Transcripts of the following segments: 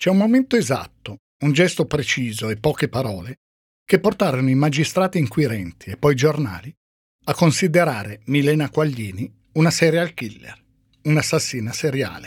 C'è un momento esatto, un gesto preciso e poche parole che portarono i magistrati inquirenti e poi i giornali a considerare Milena Quaglini una serial killer, un'assassina seriale.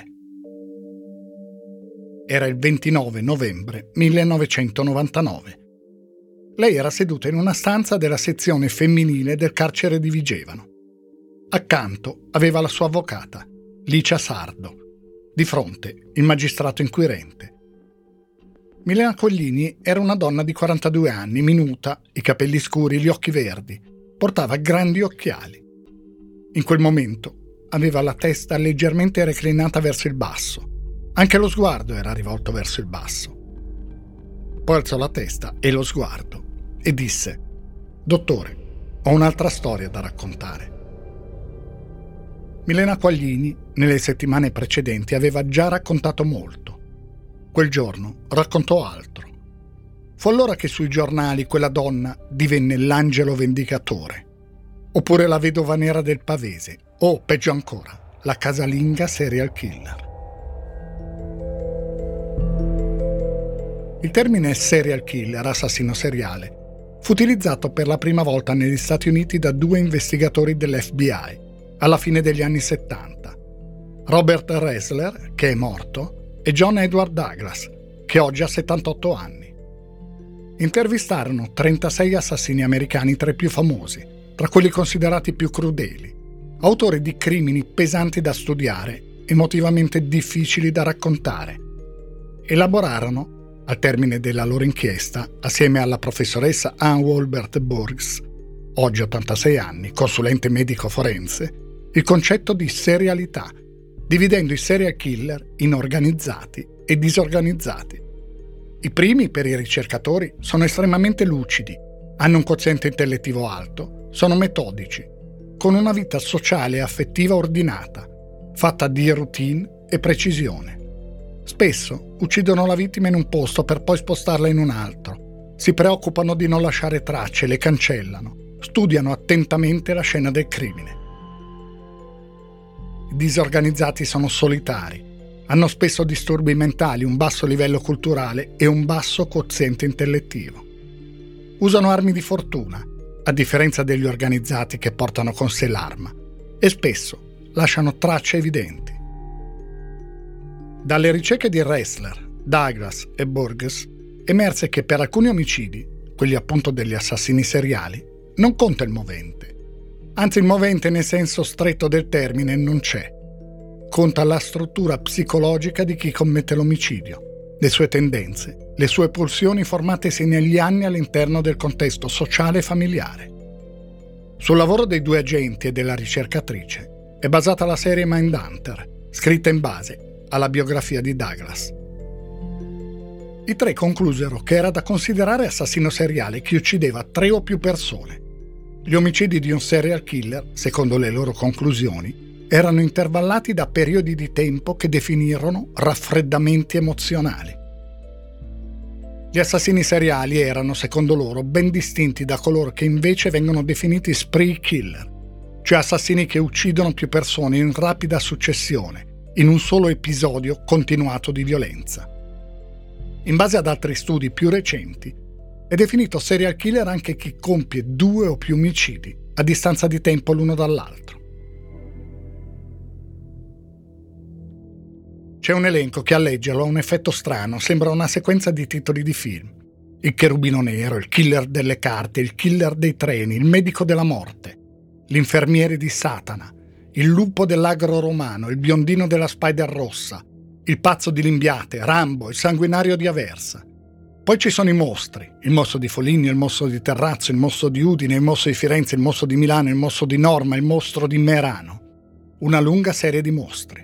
Era il 29 novembre 1999. Lei era seduta in una stanza della sezione femminile del carcere di Vigevano. Accanto aveva la sua avvocata, Licia Sardo. Di fronte il magistrato inquirente. Milena Quaglini era una donna di 42 anni, minuta, i capelli scuri, gli occhi verdi. Portava grandi occhiali. In quel momento aveva la testa leggermente reclinata verso il basso. Anche lo sguardo era rivolto verso il basso. Poi alzò la testa e lo sguardo e disse: «Dottore, ho un'altra storia da raccontare». Milena Quaglini, nelle settimane precedenti, aveva già raccontato molto. Quel giorno raccontò altro. Fu allora che sui giornali quella donna divenne l'angelo vendicatore, oppure la vedova nera del Pavese, o, peggio ancora, la casalinga serial killer. Il termine serial killer, assassino seriale, fu utilizzato per la prima volta negli Stati Uniti da 2 investigatori dell'FBI alla fine degli anni 70, Robert Ressler, che è morto, e John Edward Douglas, che oggi ha 78 anni. Intervistarono 36 assassini americani tra i più famosi, tra quelli considerati più crudeli, autori di crimini pesanti da studiare, emotivamente difficili da raccontare. Elaborarono, al termine della loro inchiesta, assieme alla professoressa Ann Wolbert Burks, oggi 86 anni, consulente medico forense, il concetto di serialità, dividendo i serial killer in organizzati e disorganizzati. I primi, per i ricercatori, sono estremamente lucidi, hanno un quoziente intellettivo alto, sono metodici, con una vita sociale e affettiva ordinata, fatta di routine e precisione. Spesso uccidono la vittima in un posto per poi spostarla in un altro. Si preoccupano di non lasciare tracce, le cancellano, studiano attentamente la scena del crimine. I disorganizzati sono solitari, hanno spesso disturbi mentali, un basso livello culturale e un basso quoziente intellettivo. Usano armi di fortuna, a differenza degli organizzati che portano con sé l'arma, e spesso lasciano tracce evidenti. Dalle ricerche di Ressler, Douglas e Burgess emerse che per alcuni omicidi, quelli appunto degli assassini seriali, non conta il movente. Anzi, il movente nel senso stretto del termine non c'è. Conta la struttura psicologica di chi commette l'omicidio, le sue tendenze, le sue pulsioni formatesi negli anni all'interno del contesto sociale e familiare. Sul lavoro dei 2 agenti e della ricercatrice è basata la serie Mindhunter, scritta in base alla biografia di Douglas. I 3 conclusero che era da considerare assassino seriale chi uccideva 3 o più persone. Gli omicidi di un serial killer, secondo le loro conclusioni, erano intervallati da periodi di tempo che definirono raffreddamenti emozionali. Gli assassini seriali erano, secondo loro, ben distinti da coloro che invece vengono definiti spree killer, cioè assassini che uccidono più persone in rapida successione, in un solo episodio continuato di violenza. In base ad altri studi più recenti, è definito serial killer anche chi compie 2 o più omicidi a distanza di tempo l'uno dall'altro. C'è un elenco che a leggerlo ha un effetto strano, sembra una sequenza di titoli di film. Il cherubino nero, il killer delle carte, il killer dei treni, il medico della morte, l'infermiere di Satana, il lupo dell'agro romano, il biondino della Spider rossa, il pazzo di Limbiate, Rambo, il sanguinario di Aversa. Poi ci sono i mostri, il mostro di Foligno, il mostro di Terrazzo, il mostro di Udine, il mostro di Firenze, il mostro di Milano, il mostro di Norma, il mostro di Merano. Una lunga serie di mostri.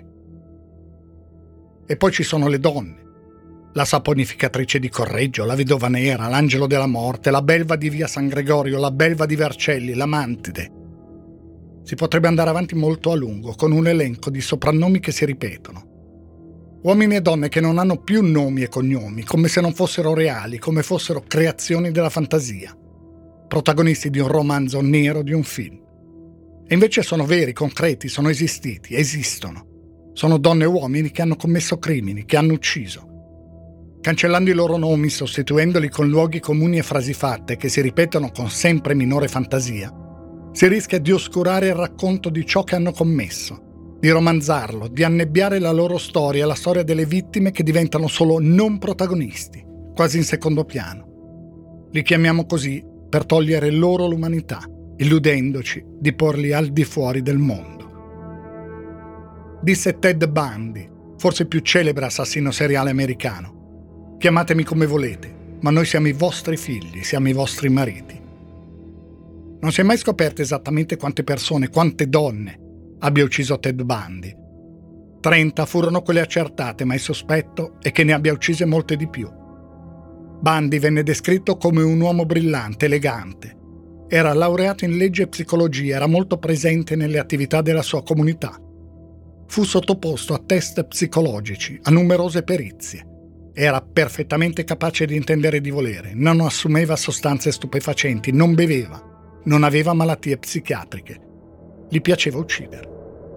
E poi ci sono le donne. La saponificatrice di Correggio, la vedova nera, l'angelo della morte, la belva di via San Gregorio, la belva di Vercelli, la mantide. Si potrebbe andare avanti molto a lungo, con un elenco di soprannomi che si ripetono. Uomini e donne che non hanno più nomi e cognomi, come se non fossero reali, come fossero creazioni della fantasia. Protagonisti di un romanzo nero, di un film. E invece sono veri, concreti, sono esistiti, esistono. Sono donne e uomini che hanno commesso crimini, che hanno ucciso. cancellando i loro nomi, sostituendoli con luoghi comuni e frasi fatte che si ripetono con sempre minore fantasia, si rischia di oscurare il racconto di ciò che hanno commesso, di romanzarlo, di annebbiare la loro storia, la storia delle vittime che diventano solo non protagonisti, quasi in secondo piano. Li chiamiamo così per togliere loro l'umanità, illudendoci di porli al di fuori del mondo. Disse Ted Bundy, forse il più celebre assassino seriale americano: chiamatemi come volete, ma noi siamo i vostri figli, siamo i vostri mariti. Non si è mai scoperto esattamente quante persone, quante donne abbia ucciso Ted Bundy. 30 furono quelle accertate, ma il sospetto è che ne abbia uccise molte di più. Bundy venne descritto come un uomo brillante, elegante. Era laureato in legge e psicologia, era molto presente nelle attività della sua comunità. Fu sottoposto a test psicologici, a numerose perizie. Era perfettamente capace di intendere e di volere, non assumeva sostanze stupefacenti, non beveva, non aveva malattie psichiatriche. Gli piaceva uccidere.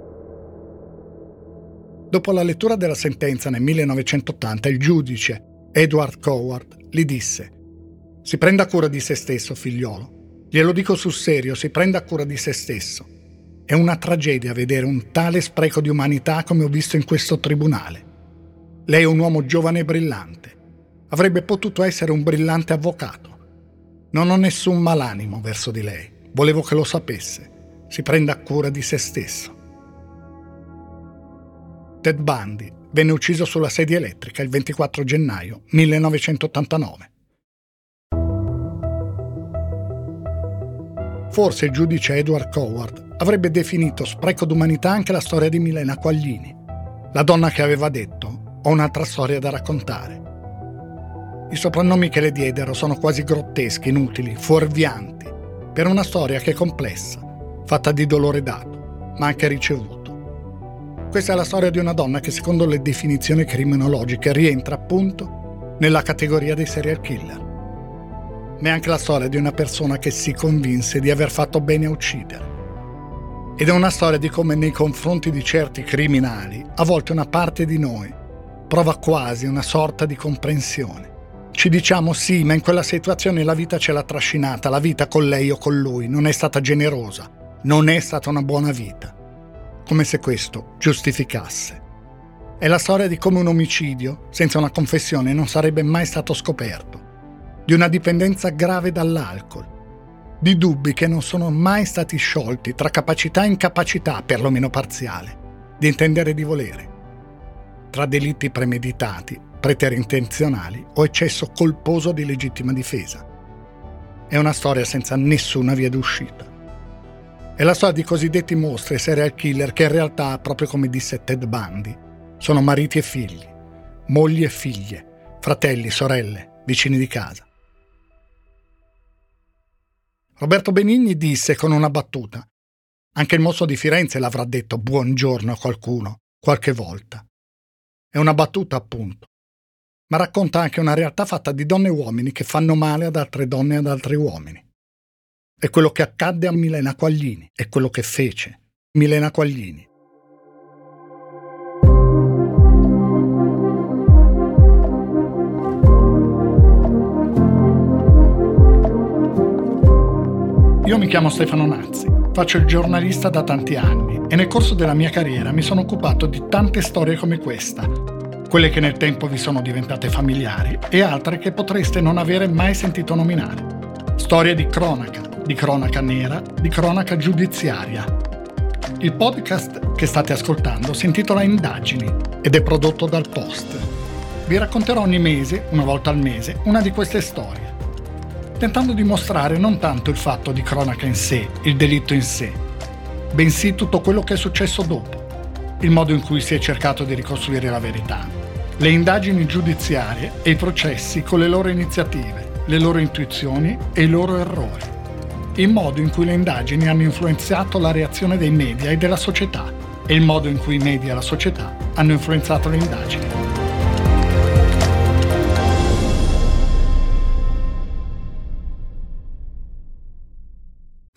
Dopo la lettura della sentenza nel 1980, il giudice Edward Coward gli disse: si prenda cura di se stesso, figliolo. Glielo dico sul serio, si prenda cura di se stesso. È una tragedia vedere un tale spreco di umanità come ho visto in questo tribunale. Lei è un uomo giovane e brillante. Avrebbe potuto essere un brillante avvocato. Non ho nessun malanimo verso di lei. Volevo che lo sapesse. Si prenda cura di se stesso. Ted Bundy venne ucciso sulla sedia elettrica il 24 gennaio 1989. Forse il giudice Edward Coward avrebbe definito spreco d'umanità anche la storia di Milena Quaglini, la donna che aveva detto: ho un'altra storia da raccontare. I soprannomi che le diedero sono quasi grotteschi, inutili, fuorvianti, per una storia che è complessa, fatta di dolore dato, ma anche ricevuto. Questa è la storia di una donna che, secondo le definizioni criminologiche, rientra appunto nella categoria dei serial killer. Ma è anche la storia di una persona che si convinse di aver fatto bene a uccidere. Ed è una storia di come nei confronti di certi criminali, a volte una parte di noi prova quasi una sorta di comprensione. Ci diciamo sì, ma in quella situazione la vita ce l'ha trascinata, la vita con lei o con lui non è stata generosa, non è stata una buona vita. Come se questo giustificasse. È la storia di come un omicidio, senza una confessione, non sarebbe mai stato scoperto. Di una dipendenza grave dall'alcol. Di dubbi che non sono mai stati sciolti tra capacità e incapacità, perlomeno parziale, di intendere e di volere. Tra delitti premeditati, preterintenzionali o eccesso colposo di legittima difesa. È una storia senza nessuna via d'uscita. È la storia di cosiddetti mostri e serial killer che in realtà, proprio come disse Ted Bundy, sono mariti e figli, mogli e figlie, fratelli, sorelle, vicini di casa. Roberto Benigni disse con una battuta: anche il mostro di Firenze l'avrà detto buongiorno a qualcuno, qualche volta. È una battuta, appunto, ma racconta anche una realtà fatta di donne e uomini che fanno male ad altre donne e ad altri uomini. È quello che accadde a Milena Quaglini, è quello che fece Milena Quaglini. Io mi chiamo Stefano Nazzi, faccio il giornalista da tanti anni e nel corso della mia carriera mi sono occupato di tante storie come questa, quelle che nel tempo vi sono diventate familiari e altre che potreste non avere mai sentito nominare. Storie di cronaca nera, di cronaca giudiziaria. Il podcast che state ascoltando si intitola Indagini ed è prodotto dal Post. Vi racconterò ogni mese, una volta al mese, una di queste storie, tentando di mostrare non tanto il fatto di cronaca in sé, il delitto in sé, bensì tutto quello che è successo dopo, il modo in cui si è cercato di ricostruire la verità, le indagini giudiziarie e i processi con le loro iniziative, le loro intuizioni e i loro errori, il modo in cui le indagini hanno influenzato la reazione dei media e della società e il modo in cui i media e la società hanno influenzato le indagini.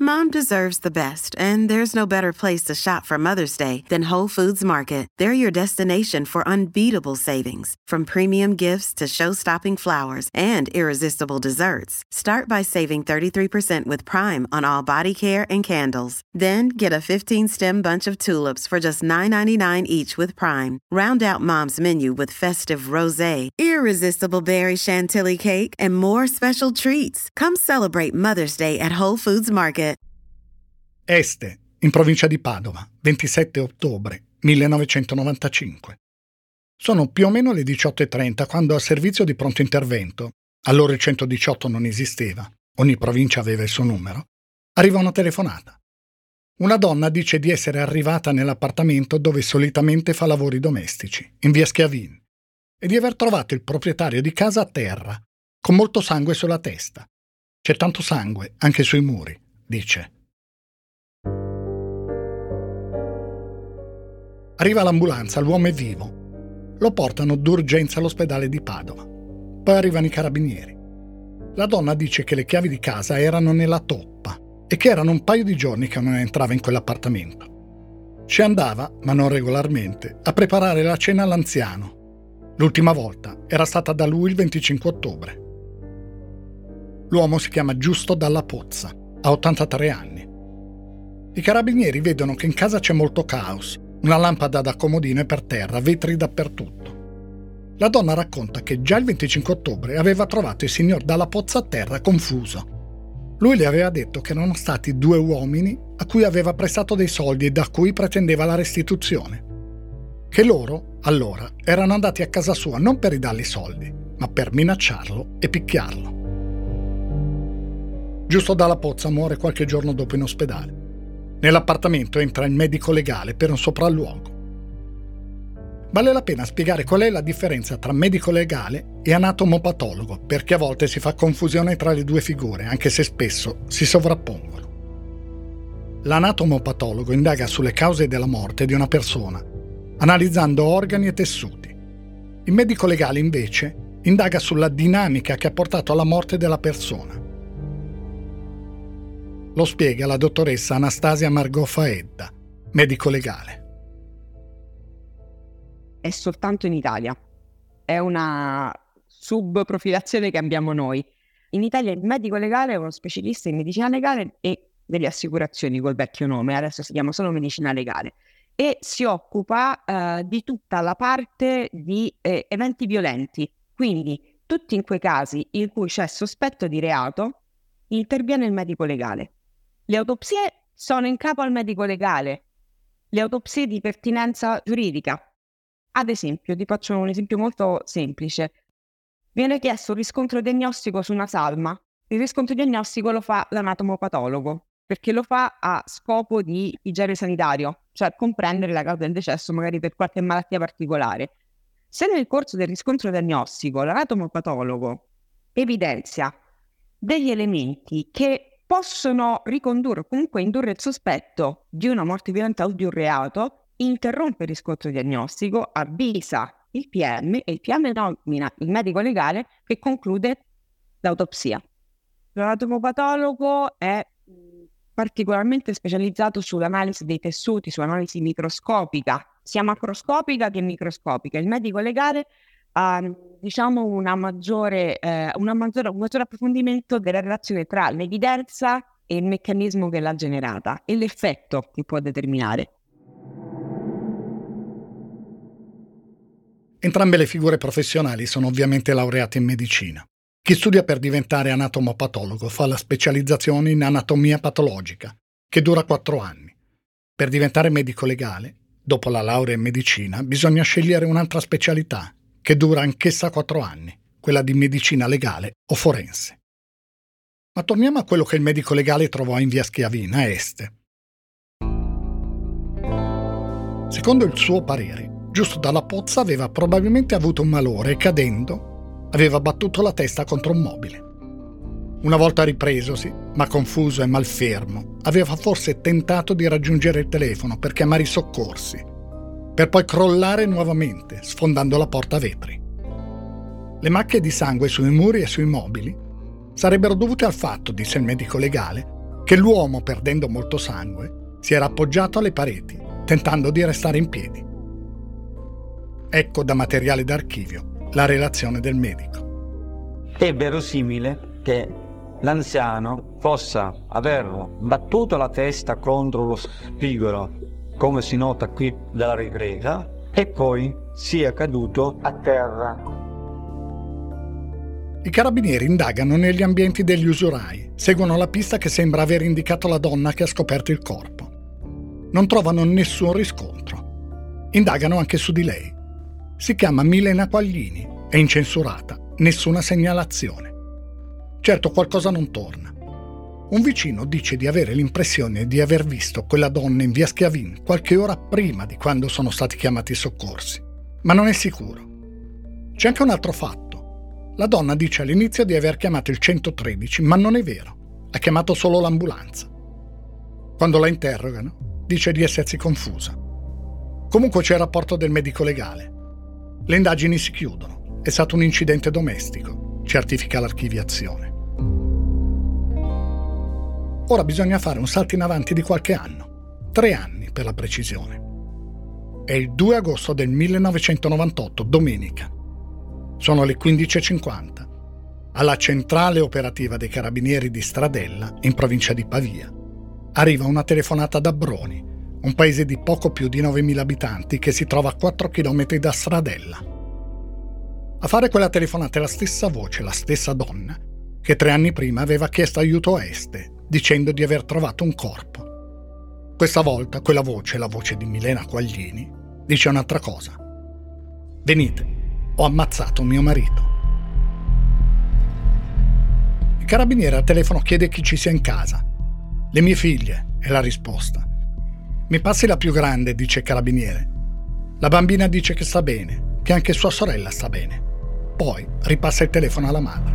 Mom deserves the best, and there's no better place to shop for Mother's Day than Whole Foods Market. They're your destination for unbeatable savings, from premium gifts to show-stopping flowers and irresistible desserts. Start by saving 33% with Prime on all body care and candles. Then get a 15-stem bunch of tulips for just $9.99 each with Prime. Round out Mom's menu with festive rosé, irresistible berry chantilly cake, and more special treats. Come celebrate Mother's Day at Whole Foods Market. Este, in provincia di Padova, 27 ottobre 1995. Sono più o meno le 18:30 quando al servizio di pronto intervento, allora il 118 non esisteva, ogni provincia aveva il suo numero, arriva una telefonata. Una donna dice di essere arrivata nell'appartamento dove solitamente fa lavori domestici, in via Schiavin, e di aver trovato il proprietario di casa a terra, con molto sangue sulla testa. C'è tanto sangue anche sui muri, dice. Arriva l'ambulanza, l'uomo è vivo. Lo portano d'urgenza all'ospedale di Padova. Poi arrivano i carabinieri. La donna dice che le chiavi di casa erano nella toppa e che erano un paio di giorni che non entrava in quell'appartamento. Ci andava, ma non regolarmente, a preparare la cena all'anziano. L'ultima volta era stata da lui il 25 ottobre. L'uomo si chiama Giusto Dalla Pozza, ha 83 anni. I carabinieri vedono che in casa c'è molto caos. Una lampada da comodino è per terra, vetri dappertutto. La donna racconta che già il 25 ottobre aveva trovato il signor Dalla Pozza a terra, confuso. Lui le aveva detto che erano stati 2 uomini a cui aveva prestato dei soldi e da cui pretendeva la restituzione. Che loro, allora, erano andati a casa sua non per ridargli i soldi, ma per minacciarlo e picchiarlo. Giusto Dalla Pozza muore qualche giorno dopo in ospedale. Nell'appartamento entra il medico legale per un sopralluogo. Vale la pena spiegare qual è la differenza tra medico legale e anatomopatologo, perché a volte si fa confusione tra le due figure, anche se spesso si sovrappongono. L'anatomopatologo indaga sulle cause della morte di una persona, analizzando organi e tessuti. Il medico legale, invece, indaga sulla dinamica che ha portato alla morte della persona. Lo spiega la dottoressa Anastasia Margot Faedda, medico legale. È soltanto in Italia. È una subprofilazione che abbiamo noi. In Italia il medico legale è uno specialista in medicina legale e delle assicurazioni col vecchio nome, adesso si chiama solo medicina legale, e si occupa di tutta la parte di eventi violenti. Quindi tutti in quei casi in cui c'è sospetto di reato interviene il medico legale. Le autopsie sono in capo al medico legale, le autopsie di pertinenza giuridica. Ad esempio, ti faccio un esempio molto semplice. Viene chiesto un riscontro diagnostico su una salma. Il riscontro diagnostico lo fa l'anatomopatologo, perché lo fa a scopo di igiene sanitario, cioè comprendere la causa del decesso magari per qualche malattia particolare. Se nel corso del riscontro diagnostico l'anatomopatologo evidenzia degli elementi che possono ricondurre o comunque indurre il sospetto di una morte violenta o di un reato, interrompe il riscontro diagnostico, avvisa il PM e il PM nomina il medico legale che conclude l'autopsia. L'anatomopatologo è particolarmente specializzato sull'analisi dei tessuti, sull'analisi microscopica, sia macroscopica che microscopica. Il medico legale ha un maggiore approfondimento della relazione tra l'evidenza e il meccanismo che l'ha generata e l'effetto che può determinare. Entrambe le figure professionali sono ovviamente laureate in medicina. Chi studia per diventare anatomopatologo fa la specializzazione in anatomia patologica, che dura 4 anni. Per diventare medico legale, dopo la laurea in medicina, bisogna scegliere un'altra specialità, che dura anch'essa 4 anni, quella di medicina legale o forense. Ma torniamo a quello che il medico legale trovò in via Schiavin, a Este. Secondo il suo parere, Giusto Dalla Pozza aveva probabilmente avuto un malore e cadendo aveva battuto la testa contro un mobile. Una volta ripresosi, ma confuso e malfermo, aveva forse tentato di raggiungere il telefono per chiamare i soccorsi, per poi crollare nuovamente, sfondando la porta a vetri. Le macchie di sangue sui muri e sui mobili sarebbero dovute al fatto, disse il medico legale, che che l'uomo, perdendo molto sangue, si era appoggiato alle pareti, tentando di restare in piedi. Ecco da materiale d'archivio la relazione del medico. È verosimile che l'anziano possa aver battuto la testa contro lo spigolo, come si nota qui dalla ripresa, e poi sia caduto a terra. I carabinieri indagano negli ambienti degli usurai, seguono la pista che sembra aver indicato la donna che ha scoperto il corpo. Non trovano nessun riscontro. Indagano anche su di lei. Si chiama Milena Quaglini, è incensurata, nessuna segnalazione. Certo, qualcosa non torna. Un vicino dice di avere l'impressione di aver visto quella donna in via Schiavin qualche ora prima di quando sono stati chiamati i soccorsi, ma non è sicuro. C'è anche un altro fatto. La donna dice all'inizio di aver chiamato il 113, ma non è vero. Ha chiamato solo l'ambulanza. Quando la interrogano, dice di essersi confusa. Comunque c'è il rapporto del medico legale. Le indagini si chiudono. È stato un incidente domestico, certifica l'archiviazione. Ora bisogna fare un salto in avanti di qualche anno. 3 anni per la precisione. È il 2 agosto del 1998, domenica. Sono le 15:50. Alla centrale operativa dei carabinieri di Stradella, in provincia di Pavia, arriva una telefonata da Broni, un paese di poco più di 9.000 abitanti che si trova a 4 chilometri da Stradella. A fare quella telefonata è la stessa voce, la stessa donna, che 3 anni prima aveva chiesto aiuto a Este, dicendo di aver trovato un corpo. Questa volta quella voce, la voce di Milena Quaglini, dice un'altra cosa. Venite. Ho ammazzato mio marito. Il carabiniere al telefono chiede chi ci sia in casa. Le mie figlie, è la risposta. Mi passi la più grande, dice il carabiniere. La bambina dice che sta bene, che anche sua sorella sta bene. Poi ripassa il telefono alla madre.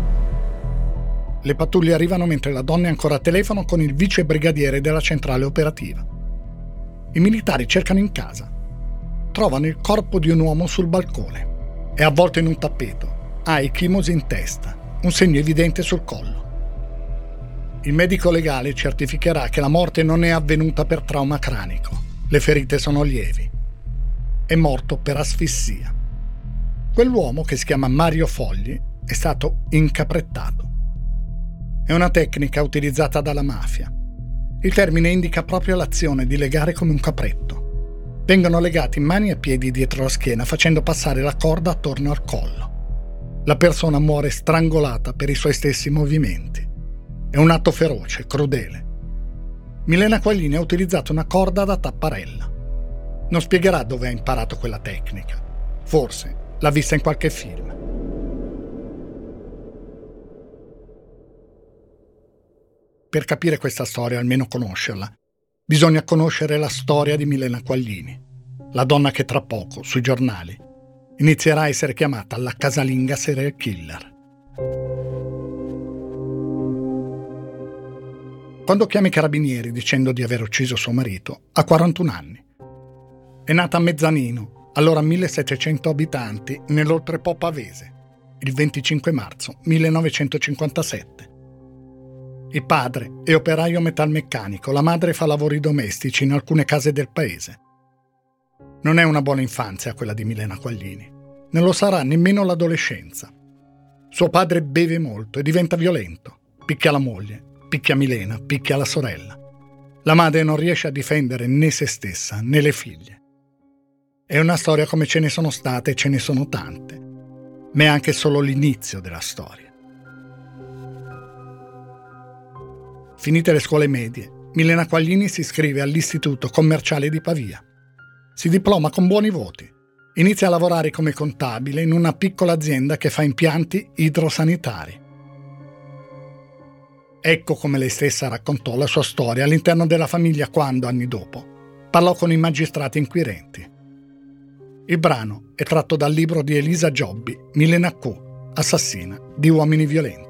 Le pattuglie arrivano mentre la donna è ancora a telefono con il vice brigadiere della centrale operativa. I militari cercano in casa. Trovano il corpo di un uomo sul balcone. È avvolto in un tappeto, ha ecchimosi in testa, un segno evidente sul collo. Il medico legale certificherà che la morte non è avvenuta per trauma cranico, le ferite sono lievi. È morto per asfissia. Quell'uomo, che si chiama Mario Fogli, è stato incaprettato. È una tecnica utilizzata dalla mafia. Il termine indica proprio l'azione di legare come un capretto. Vengono legati mani e piedi dietro la schiena facendo passare la corda attorno al collo. La persona muore strangolata per i suoi stessi movimenti. È un atto feroce, crudele. Milena Quaglini ha utilizzato una corda da tapparella. Non spiegherà dove ha imparato quella tecnica. Forse l'ha vista in qualche film. Per capire questa storia, almeno conoscerla, bisogna conoscere la storia di Milena Quaglini, la donna che tra poco, sui giornali, inizierà a essere chiamata la casalinga serial killer. Quando chiama i carabinieri dicendo di aver ucciso suo marito, ha 41 anni. È nata a Mezzanino, allora 1700 abitanti, nell'Oltrepo pavese, il 25 marzo 1957. Il padre è operaio metalmeccanico, la madre fa lavori domestici in alcune case del paese. Non è una buona infanzia quella di Milena Quaglini. Non lo sarà nemmeno l'adolescenza. Suo padre beve molto e diventa violento. Picchia la moglie, picchia Milena, picchia la sorella. La madre non riesce a difendere né se stessa né le figlie. È una storia come ce ne sono state e ce ne sono tante, ma è anche solo l'inizio della storia. Finite le scuole medie, Milena Quaglini si iscrive all'Istituto Commerciale di Pavia. Si diploma con buoni voti. Inizia a lavorare come contabile in una piccola azienda che fa impianti idrosanitari. Ecco come lei stessa raccontò la sua storia all'interno della famiglia quando, anni dopo, parlò con i magistrati inquirenti. Il brano è tratto dal libro di Elisa Giobbi, Milena Q, assassina di uomini violenti.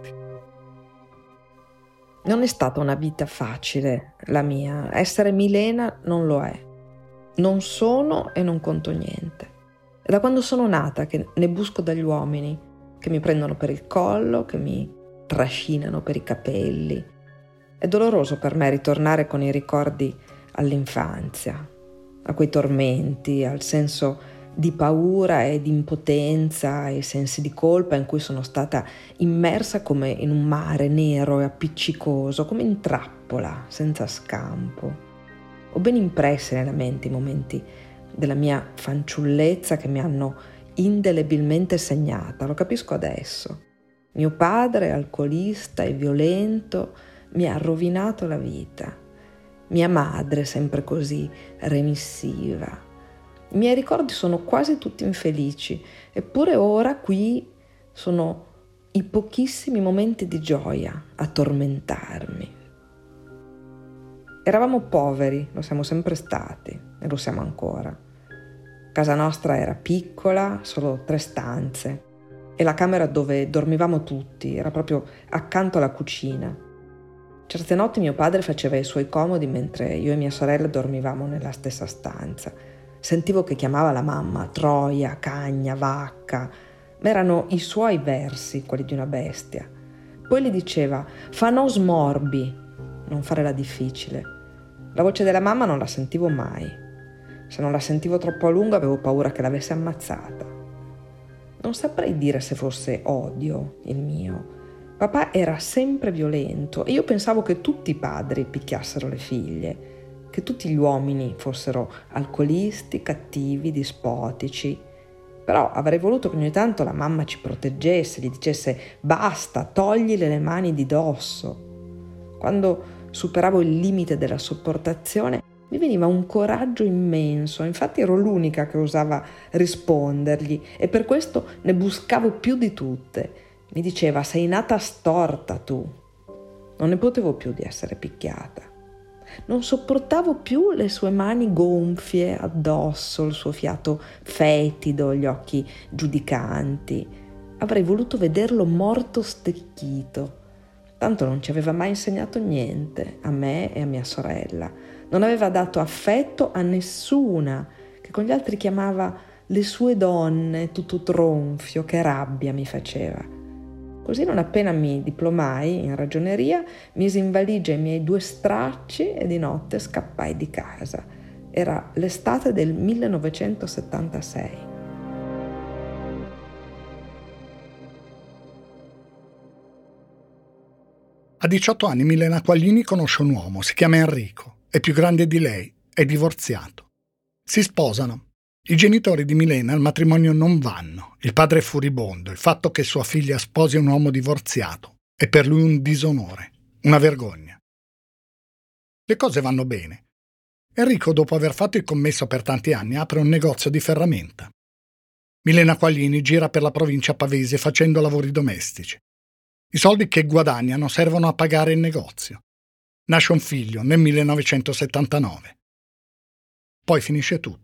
Non è stata una vita facile la mia. Essere Milena non lo è. Non sono e non conto niente. È da quando sono nata che ne busco dagli uomini, che mi prendono per il collo, che mi trascinano per i capelli, È doloroso per me ritornare con i ricordi all'infanzia, a quei tormenti, al senso di paura e di impotenza, ai sensi di colpa in cui sono stata immersa come in un mare nero e appiccicoso, come in trappola, senza scampo. Ho ben impressi nella mente i momenti della mia fanciullezza che mi hanno indelebilmente segnata, lo capisco adesso. Mio padre, alcolista e violento, mi ha rovinato la vita. Mia madre, sempre così remissiva. I miei ricordi sono quasi tutti infelici, eppure ora qui sono i pochissimi momenti di gioia a tormentarmi. Eravamo poveri, lo siamo sempre stati e lo siamo ancora. Casa nostra era piccola, solo 3 stanze, e la camera dove dormivamo tutti era proprio accanto alla cucina. Certe notti mio padre faceva i suoi comodi mentre io e mia sorella dormivamo nella stessa stanza. Sentivo che chiamava la mamma troia, cagna, vacca, ma erano i suoi versi, quelli di una bestia. Poi le diceva «fa no smorbi», non fare la difficile. La voce della mamma non la sentivo mai. Se non la sentivo troppo a lungo avevo paura che l'avesse ammazzata. Non saprei dire se fosse odio il mio. Papà era sempre violento e io pensavo che tutti i padri picchiassero le figlie, che tutti gli uomini fossero alcolisti, cattivi, dispotici. Però avrei voluto che ogni tanto la mamma ci proteggesse, gli dicesse «basta, toglile le mani di dosso». Quando superavo il limite della sopportazione mi veniva un coraggio immenso, infatti ero l'unica che osava rispondergli e per questo ne buscavo più di tutte. Mi diceva «sei nata storta tu». Non ne potevo più di essere picchiata. Non sopportavo più le sue mani gonfie addosso, il suo fiato fetido, gli occhi giudicanti. Avrei voluto vederlo morto stecchito. Tanto non ci aveva mai insegnato niente, a me e a mia sorella. Non aveva dato affetto a nessuna, che con gli altri chiamava le sue donne, tutto tronfio, che rabbia mi faceva. Così non appena mi diplomai in ragioneria, misi in valigia i miei 2 stracci e di notte scappai di casa. Era l'estate del 1976. A 18 anni Milena Quaglini conosce un uomo, si chiama Enrico, è più grande di lei, è divorziato. Si sposano. I genitori di Milena al matrimonio non vanno, il padre è furibondo, il fatto che sua figlia sposi un uomo divorziato è per lui un disonore, una vergogna. Le cose vanno bene. Enrico, dopo aver fatto il commesso per tanti anni, apre un negozio di ferramenta. Milena Quaglini gira per la provincia pavese facendo lavori domestici. I soldi che guadagnano servono a pagare il negozio. Nasce un figlio nel 1979. Poi finisce tutto.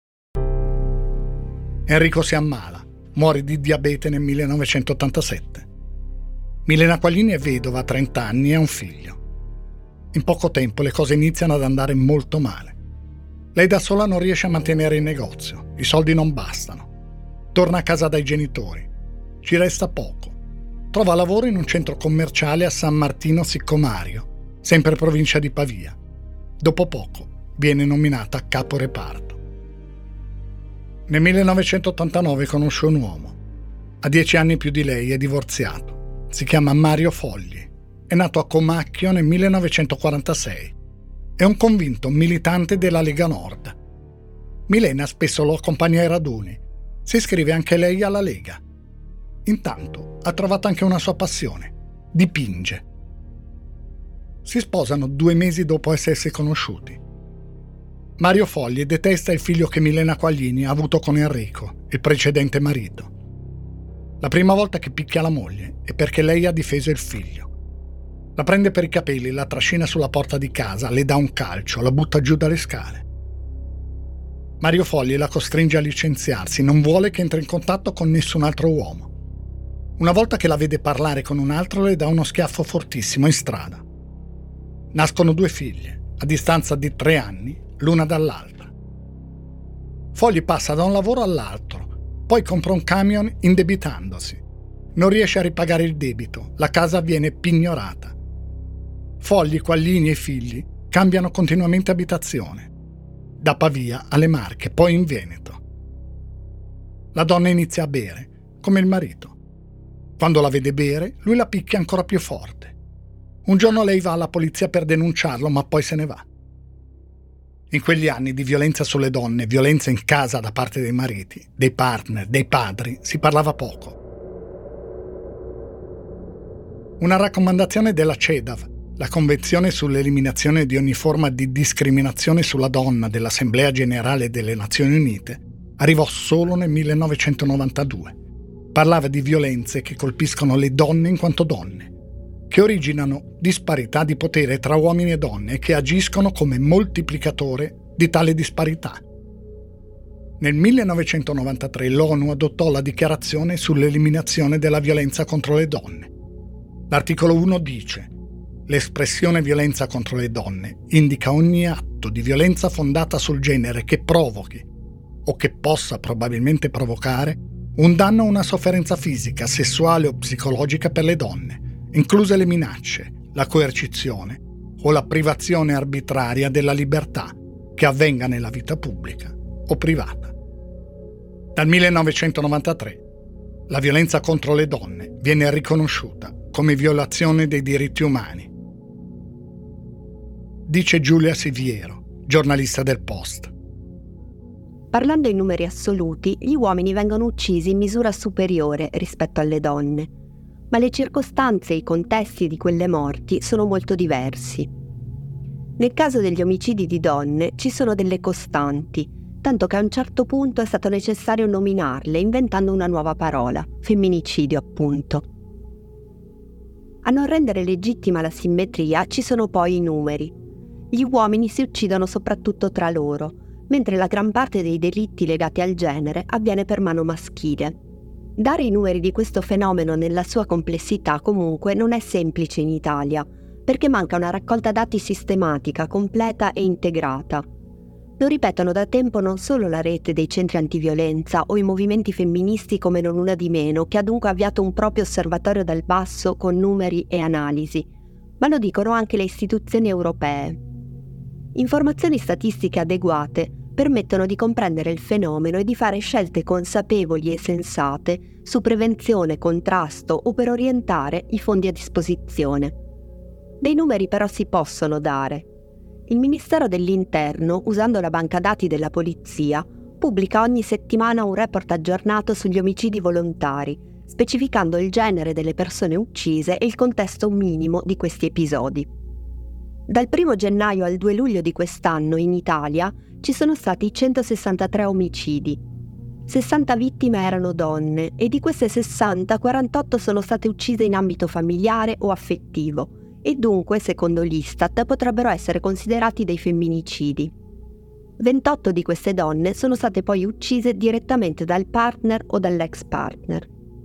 Enrico si ammala, muore di diabete nel 1987. Milena Quaglini è vedova, ha 30 anni e ha un figlio. In poco tempo le cose iniziano ad andare molto male. Lei da sola non riesce a mantenere il negozio, i soldi non bastano. Torna a casa dai genitori. Ci resta poco. Trova lavoro in un centro commerciale a San Martino Siccomario, sempre provincia di Pavia. Dopo poco viene nominata capo reparto. Nel 1989 conosce un uomo. Ha 10 anni più di lei, è divorziato. Si chiama Mario Fogli. È nato a Comacchio nel 1946. È un convinto militante della Lega Nord. Milena spesso lo accompagna ai raduni. Si iscrive anche lei alla Lega. Intanto ha trovato anche una sua passione. Dipinge. Si sposano 2 mesi dopo essersi conosciuti. Mario Fogli detesta il figlio che Milena Quaglini ha avuto con Enrico, il precedente marito. La prima volta che picchia la moglie è perché lei ha difeso il figlio. La prende per i capelli, la trascina sulla porta di casa, le dà un calcio, la butta giù dalle scale. Mario Fogli la costringe a licenziarsi, non vuole che entri in contatto con nessun altro uomo. Una volta che la vede parlare con un altro le dà uno schiaffo fortissimo in strada. Nascono 2 figlie, a distanza di 3 anni, l'una dall'altra. Fogli passa da un lavoro all'altro, poi compra un camion indebitandosi. Non riesce a ripagare il debito, la casa viene pignorata. Fogli, Quaglini e figli cambiano continuamente abitazione, da Pavia alle Marche, poi in Veneto. La donna inizia a bere, come il marito. Quando la vede bere, lui la picchia ancora più forte. Un giorno lei va alla polizia per denunciarlo, ma poi se ne va. In quegli anni di violenza sulle donne, violenza in casa da parte dei mariti, dei partner, dei padri, si parlava poco. Una raccomandazione della CEDAW, la Convenzione sull'eliminazione di ogni forma di discriminazione sulla donna dell'Assemblea Generale delle Nazioni Unite, arrivò solo nel 1992. Parlava di violenze che colpiscono le donne in quanto donne, che originano disparità di potere tra uomini e donne e che agiscono come moltiplicatore di tale disparità. Nel 1993 l'ONU adottò la Dichiarazione sull'eliminazione della violenza contro le donne. L'articolo 1 dice: l'espressione violenza contro le donne indica ogni atto di violenza fondata sul genere che provochi o che possa probabilmente provocare un danno o una sofferenza fisica, sessuale o psicologica per le donne, incluse le minacce, la coercizione o la privazione arbitraria della libertà che avvenga nella vita pubblica o privata. Dal 1993 la violenza contro le donne viene riconosciuta come violazione dei diritti umani. Dice Giulia Siviero, giornalista del Post. Parlando in numeri assoluti, gli uomini vengono uccisi in misura superiore rispetto alle donne, ma le circostanze e i contesti di quelle morti sono molto diversi. Nel caso degli omicidi di donne ci sono delle costanti, tanto che a un certo punto è stato necessario nominarle inventando una nuova parola, femminicidio appunto. A non rendere legittima la simmetria ci sono poi i numeri. Gli uomini si uccidono soprattutto tra loro, mentre la gran parte dei delitti legati al genere avviene per mano maschile. Dare i numeri di questo fenomeno nella sua complessità comunque non è semplice in Italia, perché manca una raccolta dati sistematica, completa e integrata. Lo ripetono da tempo non solo la rete dei centri antiviolenza o i movimenti femministi come Non Una di Meno, che ha dunque avviato un proprio osservatorio dal basso con numeri e analisi, ma lo dicono anche le istituzioni europee. Informazioni statistiche adeguate permettono di comprendere il fenomeno e di fare scelte consapevoli e sensate su prevenzione, contrasto o per orientare i fondi a disposizione. Dei numeri però si possono dare. Il Ministero dell'Interno, usando la banca dati della Polizia, pubblica ogni settimana un report aggiornato sugli omicidi volontari, specificando il genere delle persone uccise e il contesto minimo di questi episodi. Dal 1 gennaio al 2 luglio di quest'anno in Italia ci sono stati 163 omicidi. 60 vittime erano donne e di queste 60, 48 sono state uccise in ambito familiare o affettivo e dunque, secondo l'Istat, potrebbero essere considerati dei femminicidi. 28 di queste donne sono state poi uccise direttamente dal partner o dall'ex partner.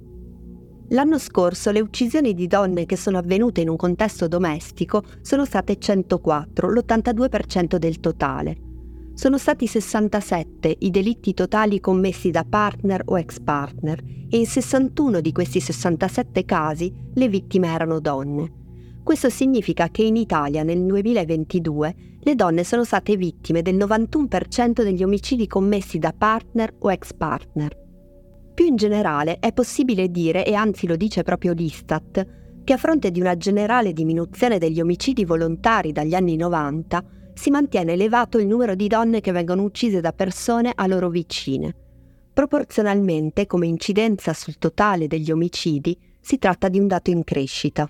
L'anno scorso le uccisioni di donne che sono avvenute in un contesto domestico sono state 104, l'82% del totale. Sono stati 67 i delitti totali commessi da partner o ex partner e in 61 di questi 67 casi le vittime erano donne. Questo significa che in Italia nel 2022 le donne sono state vittime del 91% degli omicidi commessi da partner o ex partner. Più in generale è possibile dire, e anzi lo dice proprio l'Istat, che a fronte di una generale diminuzione degli omicidi volontari dagli anni 90 si mantiene elevato il numero di donne che vengono uccise da persone a loro vicine. Proporzionalmente, come incidenza sul totale degli omicidi, si tratta di un dato in crescita.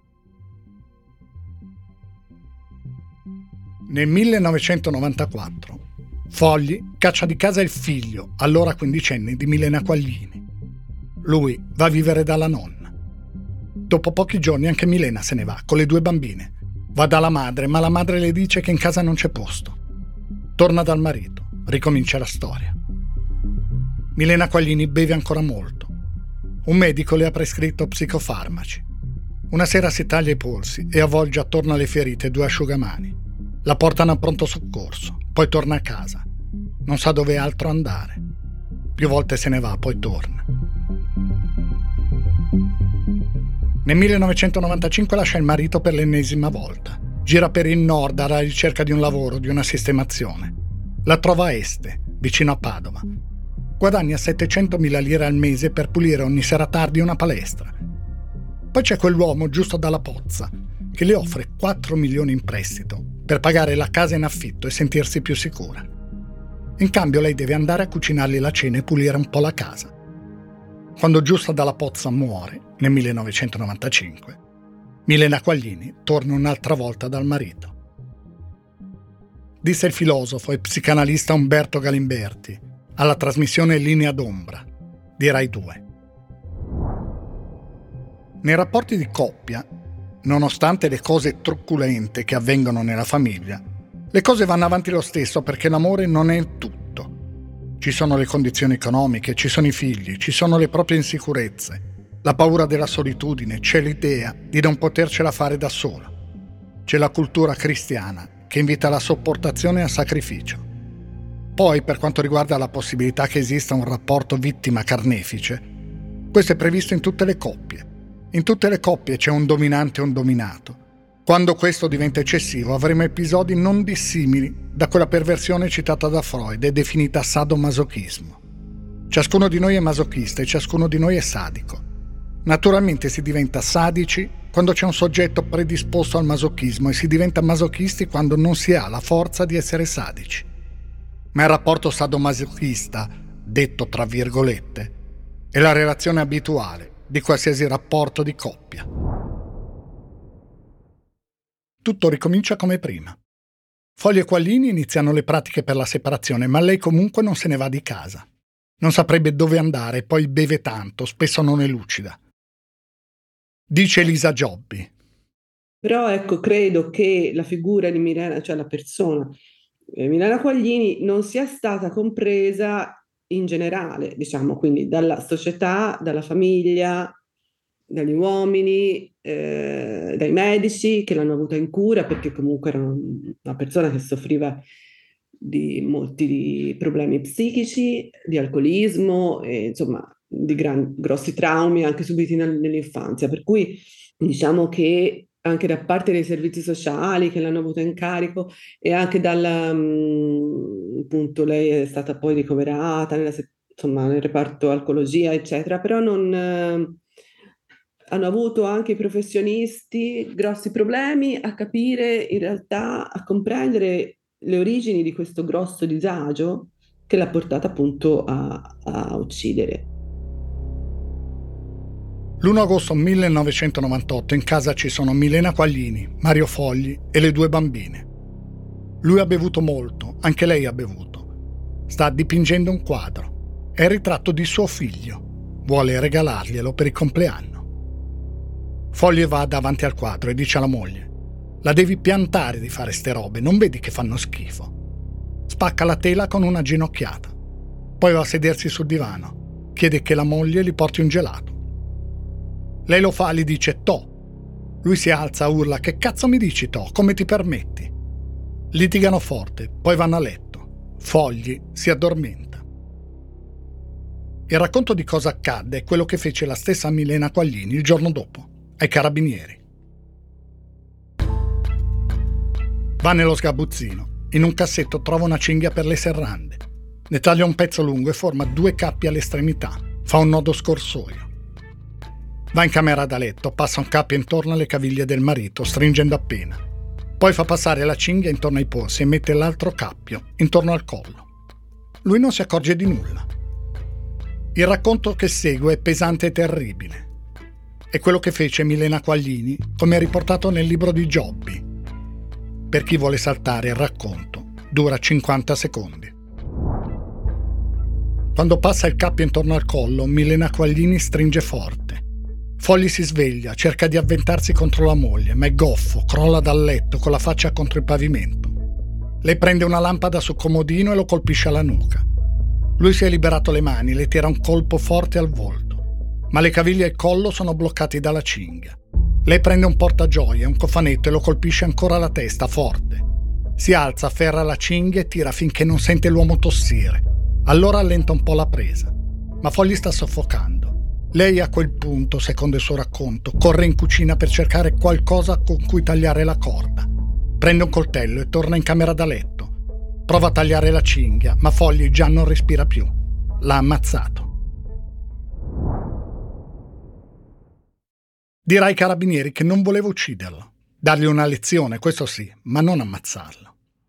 Nel 1994 Fogli caccia di casa il figlio, allora quindicenne, di Milena Quaglini. Lui va a vivere dalla nonna. Dopo pochi giorni anche Milena se ne va, con le 2 bambine. Va dalla madre, ma la madre le dice che in casa non c'è posto. Torna dal marito, ricomincia la storia. Milena Quaglini beve ancora molto. Un medico le ha prescritto psicofarmaci. Una sera si taglia i polsi e avvolge attorno alle ferite 2 asciugamani. La portano a pronto soccorso, poi torna a casa. Non sa dove altro andare. Più volte se ne va, poi torna. Nel 1995 lascia il marito per l'ennesima volta. Gira per il nord alla ricerca di un lavoro, di una sistemazione. La trova a Este, vicino a Padova. Guadagna 700.000 lire al mese per pulire ogni sera tardi una palestra. Poi c'è quell'uomo giusto dalla Pozza che le offre 4 milioni in prestito per pagare la casa in affitto e sentirsi più sicura. In cambio lei deve andare a cucinargli la cena e pulire un po' la casa. Quando Giusta dalla Pozza muore, nel 1995, Milena Quaglini torna un'altra volta dal marito. Disse il filosofo e psicanalista Umberto Galimberti alla trasmissione Linea d'ombra di Rai 2. Nei rapporti di coppia, nonostante le cose truculente che avvengono nella famiglia, le cose vanno avanti lo stesso perché l'amore non è il tutto. Ci sono le condizioni economiche, ci sono i figli, ci sono le proprie insicurezze, la paura della solitudine, c'è l'idea di non potercela fare da solo. C'è la cultura cristiana che invita alla sopportazione e al sacrificio. Poi, per quanto riguarda la possibilità che esista un rapporto vittima-carnefice, questo è previsto in tutte le coppie. In tutte le coppie c'è un dominante e un dominato. Quando questo diventa eccessivo avremo episodi non dissimili da quella perversione citata da Freud e definita sadomasochismo. Ciascuno di noi è masochista e ciascuno di noi è sadico. Naturalmente si diventa sadici quando c'è un soggetto predisposto al masochismo e si diventa masochisti quando non si ha la forza di essere sadici. Ma il rapporto sadomasochista, detto tra virgolette, è la relazione abituale di qualsiasi rapporto di coppia. Tutto ricomincia come prima. Fogli e Quaglini iniziano le pratiche per la separazione, ma lei comunque non se ne va di casa. Non saprebbe dove andare e poi beve tanto, spesso non è lucida. Dice Elisa Giobbi. Però ecco, credo che la figura di Milena, cioè la persona Milena Quaglini, non sia stata compresa in generale, diciamo, quindi dalla società, dalla famiglia, dagli uomini, dai medici che l'hanno avuta in cura, perché comunque era una persona che soffriva di molti problemi psichici, di alcolismo, e, insomma, di grossi traumi anche subiti nell'infanzia, per cui diciamo che anche da parte dei servizi sociali che l'hanno avuta in carico e anche appunto lei è stata poi ricoverata nel reparto alcologia, eccetera, però non hanno avuto anche i professionisti grossi problemi a capire in realtà, a comprendere le origini di questo grosso disagio che l'ha portata appunto a uccidere. L'1 agosto 1998 in casa ci sono Milena Quaglini, Mario Fogli e le 2 bambine. Lui ha bevuto molto, anche lei ha bevuto. Sta dipingendo un quadro. È il ritratto di suo figlio. Vuole regalarglielo per il compleanno. Fogli va davanti al quadro e dice alla moglie: la devi piantare di fare ste robe, non vedi che fanno schifo. Spacca la tela con una ginocchiata. Poi va a sedersi sul divano. Chiede che la moglie gli porti un gelato. Lei lo fa, gli dice "to". Lui si alza, urla "che cazzo mi dici to? Come ti permetti?". Litigano forte, poi vanno a letto. Fogli si addormenta. Il racconto di cosa accadde è quello che fece la stessa Milena Quaglini il giorno dopo, ai carabinieri. Va nello sgabuzzino. In un cassetto trova una cinghia per le serrande. Ne taglia un pezzo lungo e forma 2 cappi all'estremità. Fa un nodo scorsoio. Va in camera da letto, passa un cappio intorno alle caviglie del marito, stringendo appena. Poi fa passare la cinghia intorno ai polsi e mette l'altro cappio intorno al collo. Lui non si accorge di nulla. Il racconto che segue è pesante e terribile. È quello che fece Milena Quaglini, come è riportato nel libro di Giobbi. Per chi vuole saltare il racconto, dura 50 secondi. Quando passa il cappio intorno al collo, Milena Quaglini stringe forte. Fogli si sveglia, cerca di avventarsi contro la moglie, ma è goffo, crolla dal letto con la faccia contro il pavimento. Lei prende una lampada sul comodino e lo colpisce alla nuca. Lui si è liberato le mani, le tira un colpo forte al volto, ma le caviglie e il collo sono bloccati dalla cinghia. Lei prende un portagioie, un cofanetto e lo colpisce ancora alla testa, forte. Si alza, afferra la cinghia e tira finché non sente l'uomo tossire. Allora allenta un po' la presa, ma Fogli sta soffocando. Lei a quel punto, secondo il suo racconto, corre in cucina per cercare qualcosa con cui tagliare la corda. Prende un coltello e torna in camera da letto. Prova a tagliare la cinghia, ma Fogli già non respira più. L'ha ammazzato. Dirà ai carabinieri che non voleva ucciderlo. Dargli una lezione, questo sì, ma non ammazzarlo.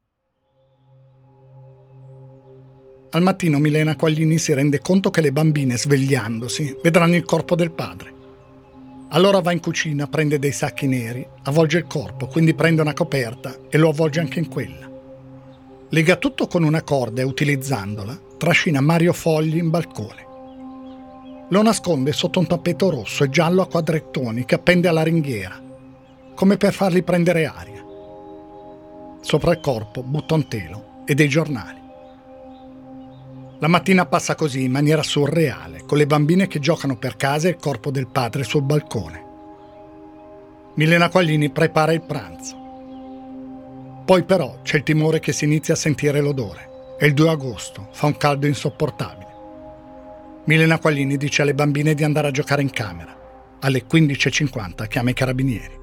Al mattino Milena Quaglini si rende conto che le bambine, svegliandosi, vedranno il corpo del padre. Allora va in cucina, prende dei sacchi neri, avvolge il corpo, quindi prende una coperta e lo avvolge anche in quella. Lega tutto con una corda e, utilizzandola, trascina Mario Fogli in balcone. Lo nasconde sotto un tappeto rosso e giallo a quadrettoni che appende alla ringhiera, come per fargli prendere aria. Sopra il corpo butta un telo e dei giornali. La mattina passa così in maniera surreale, con le bambine che giocano per casa e il corpo del padre sul balcone. Milena Quaglini prepara il pranzo. Poi però c'è il timore che si inizi a sentire l'odore. È il 2 agosto, fa un caldo insopportabile. Milena Quaglini dice alle bambine di andare a giocare in camera. Alle 15:50 chiama i carabinieri.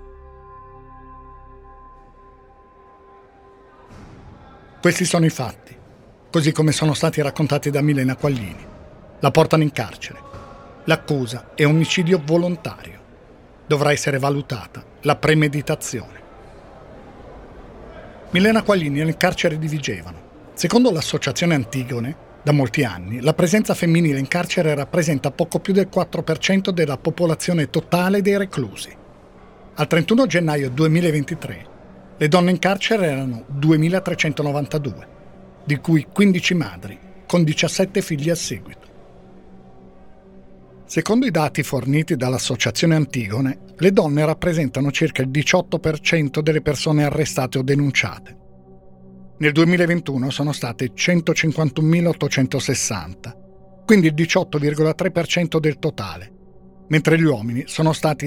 Questi sono i fatti, così come sono stati raccontati da Milena Quaglini. La portano in carcere. L'accusa è omicidio volontario. Dovrà essere valutata la premeditazione. Milena Quaglini è nel carcere di Vigevano. Secondo l'associazione Antigone, da molti anni, la presenza femminile in carcere rappresenta poco più del 4% della popolazione totale dei reclusi. Al 31 gennaio 2023, le donne in carcere erano 2.392, di cui 15 madri, con 17 figli a seguito. Secondo i dati forniti dall'associazione Antigone, le donne rappresentano circa il 18% delle persone arrestate o denunciate. Nel 2021 sono state 151.860, quindi il 18,3% del totale, mentre gli uomini sono stati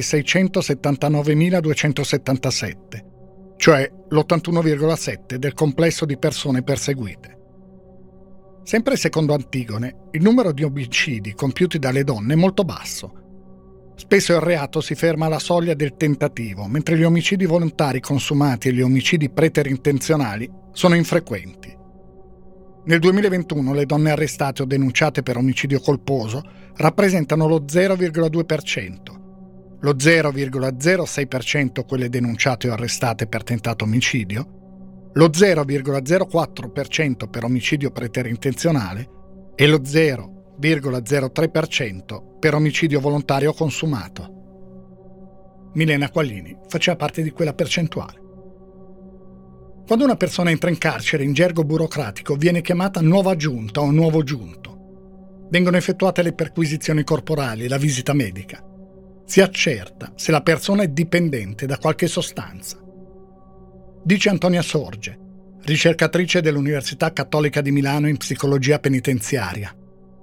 679.277, cioè l'81,7% del complesso di persone perseguite. Sempre secondo Antigone, il numero di omicidi compiuti dalle donne è molto basso. Spesso il reato si ferma alla soglia del tentativo, mentre gli omicidi volontari consumati e gli omicidi preterintenzionali sono infrequenti. Nel 2021 le donne arrestate o denunciate per omicidio colposo rappresentano lo 0,2%, lo 0,06% quelle denunciate o arrestate per tentato omicidio, lo 0,04% per omicidio preterintenzionale e lo 0,03% per omicidio volontario consumato. Milena Quaglini faceva parte di quella percentuale. Quando una persona entra in carcere, in gergo burocratico, viene chiamata nuova giunta o nuovo giunto. Vengono effettuate le perquisizioni corporali, la visita medica. Si accerta se la persona è dipendente da qualche sostanza. Dice Antonia Sorge, ricercatrice dell'Università Cattolica di Milano in psicologia penitenziaria.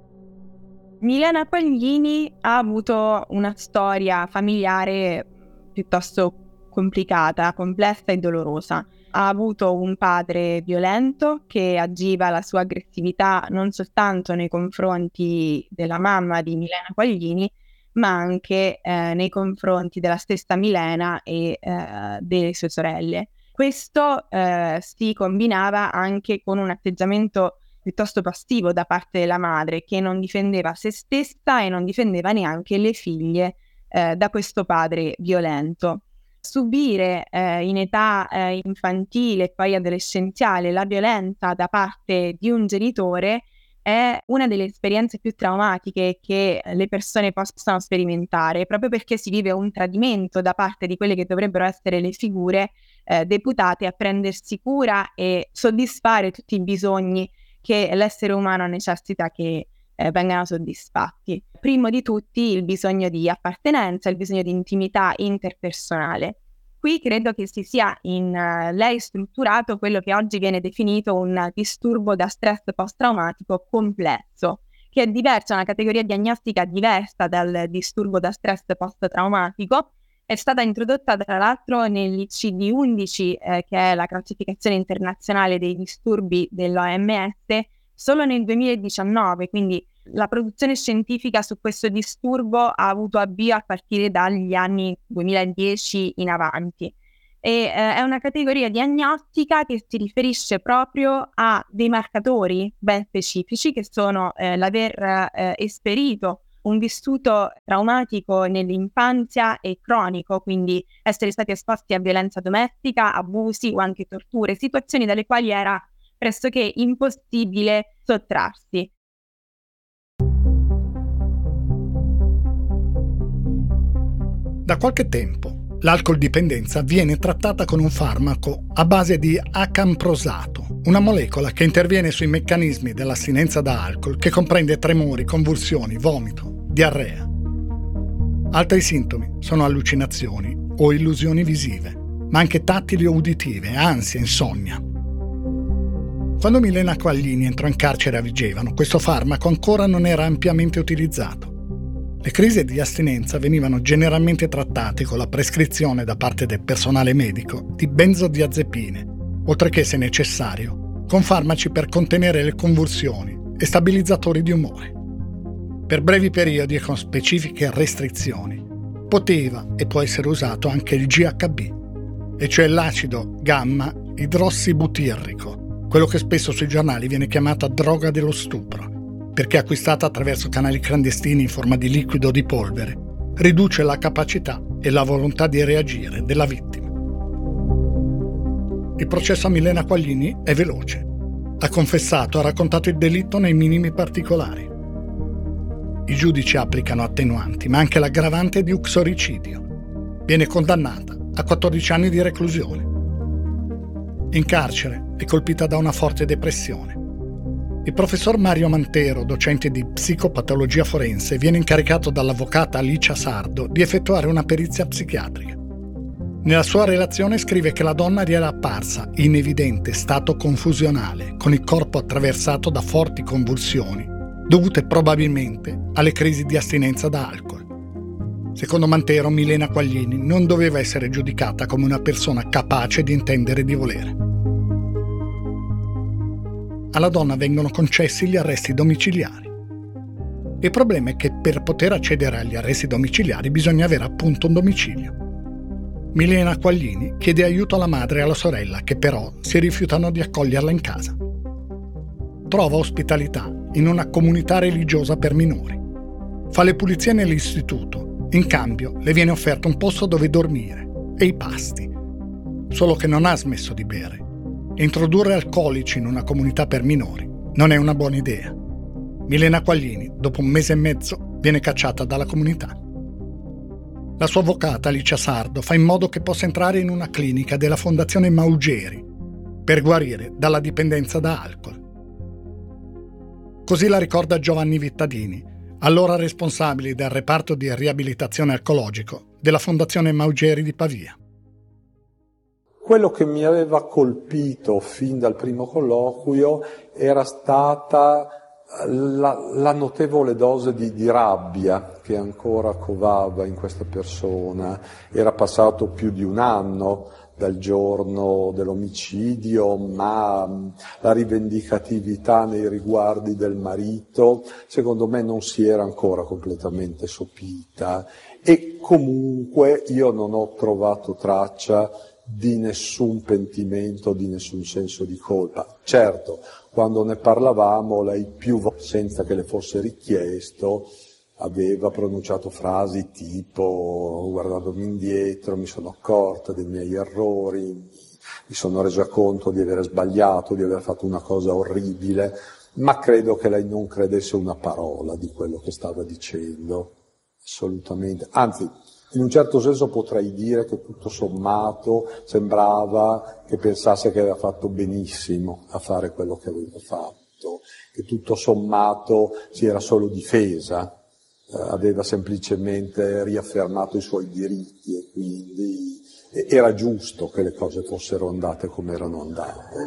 Milena Quaglini ha avuto una storia familiare piuttosto complicata, complessa e dolorosa. Ha avuto un padre violento che agiva la sua aggressività non soltanto nei confronti della mamma di Milena Quaglini, ma anche nei confronti della stessa Milena e delle sue sorelle. Questo si combinava anche con un atteggiamento piuttosto passivo da parte della madre, che non difendeva se stessa e non difendeva neanche le figlie da questo padre violento. Subire in età infantile e poi adolescenziale la violenza da parte di un genitore è una delle esperienze più traumatiche che le persone possano sperimentare, proprio perché si vive un tradimento da parte di quelle che dovrebbero essere le figure deputate a prendersi cura e soddisfare tutti i bisogni che l'essere umano necessita che vengano soddisfatti. Primo di tutti il bisogno di appartenenza, il bisogno di intimità interpersonale. Qui credo che si sia in lei strutturato quello che oggi viene definito un disturbo da stress post-traumatico complesso, che è diverso, è una categoria diagnostica diversa dal disturbo da stress post-traumatico. È stata introdotta tra l'altro nell'ICD-11, che è la classificazione internazionale dei disturbi dell'OMS, solo nel 2019, quindi La produzione scientifica su questo disturbo ha avuto avvio a partire dagli anni 2010 in avanti. È una categoria diagnostica che si riferisce proprio a dei marcatori ben specifici, che sono l'aver esperito un vissuto traumatico nell'infanzia e cronico, quindi essere stati esposti a violenza domestica, abusi o anche torture, situazioni dalle quali era pressoché impossibile sottrarsi. Da qualche tempo l'alcol dipendenza viene trattata con un farmaco a base di acamprosato, una molecola che interviene sui meccanismi dell'astinenza da alcol, che comprende tremori, convulsioni, vomito, diarrea. Altri sintomi sono allucinazioni o illusioni visive, ma anche tattili o uditive, ansia, insonnia. Quando Milena Quaglini entrò in carcere a Vigevano, questo farmaco ancora non era ampiamente utilizzato. Le crisi di astinenza venivano generalmente trattate con la prescrizione da parte del personale medico di benzodiazepine, oltre che, se necessario, con farmaci per contenere le convulsioni e stabilizzatori di umore. Per brevi periodi e con specifiche restrizioni poteva e può essere usato anche il GHB, e cioè l'acido gamma idrossibutirrico, quello che spesso sui giornali viene chiamata droga dello stupro, perché acquistata attraverso canali clandestini in forma di liquido o di polvere, riduce la capacità e la volontà di reagire della vittima. Il processo a Milena Quaglini è veloce. Ha confessato, ha raccontato il delitto nei minimi particolari. I giudici applicano attenuanti, ma anche l'aggravante di uxoricidio. Viene condannata a 14 anni di reclusione. In carcere è colpita da una forte depressione. Il professor Mario Mantero, docente di psicopatologia forense, viene incaricato dall'avvocata Alicia Sardo di effettuare una perizia psichiatrica. Nella sua relazione scrive che la donna gli era apparsa in evidente stato confusionale, con il corpo attraversato da forti convulsioni, dovute probabilmente alle crisi di astinenza da alcol. Secondo Mantero, Milena Quaglini non doveva essere giudicata come una persona capace di intendere e di volere. Alla donna vengono concessi gli arresti domiciliari. Il problema è che per poter accedere agli arresti domiciliari bisogna avere appunto un domicilio. Milena Quaglini chiede aiuto alla madre e alla sorella, che però si rifiutano di accoglierla in casa. Trova ospitalità in una comunità religiosa per minori. Fa le pulizie nell'istituto, in cambio le viene offerto un posto dove dormire e i pasti. Solo che non ha smesso di bere. Introdurre alcolici in una comunità per minori non è una buona idea. Milena Quaglini, dopo un mese e mezzo, viene cacciata dalla comunità. La sua avvocata, Alicia Sardo, fa in modo che possa entrare in una clinica della Fondazione Maugeri per guarire dalla dipendenza da alcol. Così la ricorda Giovanni Vittadini, allora responsabile del reparto di riabilitazione alcologico della Fondazione Maugeri di Pavia. Quello che mi aveva colpito fin dal primo colloquio era stata la notevole dose di rabbia che ancora covava in questa persona. Era passato più di un anno dal giorno dell'omicidio, ma la rivendicatività nei riguardi del marito, secondo me, non si era ancora completamente sopita, e comunque io non ho trovato traccia di nessun pentimento, di nessun senso di colpa. Certo, quando ne parlavamo, lei più volte, senza che le fosse richiesto, aveva pronunciato frasi tipo: guardandomi indietro mi sono accorta dei miei errori, mi sono resa conto di aver sbagliato, di aver fatto una cosa orribile, ma credo che lei non credesse una parola di quello che stava dicendo, assolutamente. Anzi, in un certo senso potrei dire che tutto sommato sembrava che pensasse che aveva fatto benissimo a fare quello che aveva fatto, che tutto sommato si era solo difesa, aveva semplicemente riaffermato i suoi diritti e quindi era giusto che le cose fossero andate come erano andate.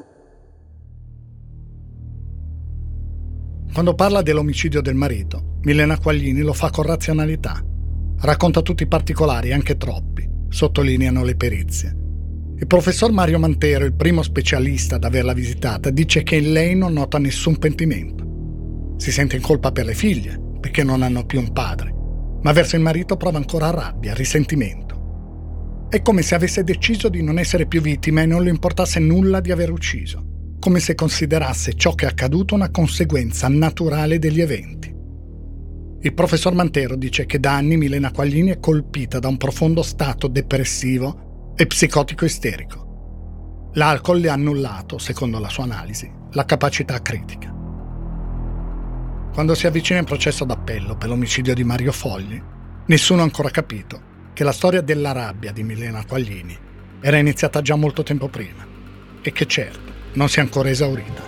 Quando parla dell'omicidio del marito, Milena Quaglini lo fa con razionalità. Racconta tutti i particolari, anche troppi, sottolineano le perizie. Il professor Mario Mantero, il primo specialista ad averla visitata, dice che in lei non nota nessun pentimento. Si sente in colpa per le figlie, perché non hanno più un padre, ma verso il marito prova ancora rabbia, risentimento. È come se avesse deciso di non essere più vittima e non le importasse nulla di aver ucciso, come se considerasse ciò che è accaduto una conseguenza naturale degli eventi. Il professor Mantero dice che da anni Milena Quaglini è colpita da un profondo stato depressivo e psicotico isterico. L'alcol le ha annullato, secondo la sua analisi, la capacità critica. Quando si avvicina il processo d'appello per l'omicidio di Mario Fogli, nessuno ha ancora capito che la storia della rabbia di Milena Quaglini era iniziata già molto tempo prima e che certo non si è ancora esaurita.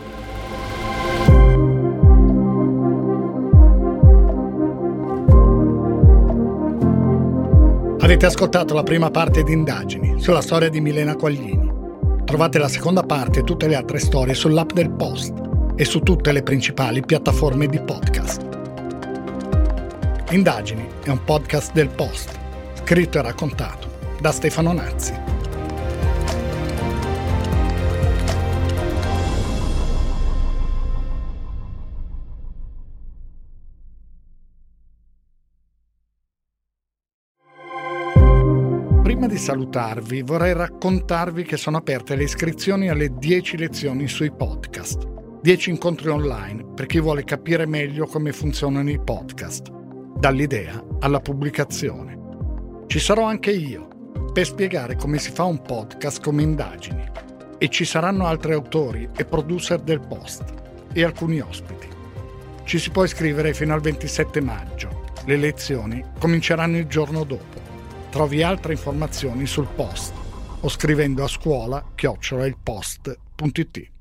Avete ascoltato la prima parte di Indagini sulla storia di Milena Quaglini. Trovate la seconda parte e tutte le altre storie sull'app del Post e su tutte le principali piattaforme di podcast. Indagini è un podcast del Post, scritto e raccontato da Stefano Nazzi. Prima di salutarvi vorrei raccontarvi che sono aperte le iscrizioni alle 10 lezioni sui podcast, 10 incontri online per chi vuole capire meglio come funzionano i podcast, dall'idea alla pubblicazione. Ci sarò anche io per spiegare come si fa un podcast come Indagini e ci saranno altri autori e producer del Post e alcuni ospiti. Ci si può iscrivere fino al 27 maggio. Le lezioni cominceranno il giorno dopo. Trovi altre informazioni sul Post o scrivendo a scuola@ilpost.it.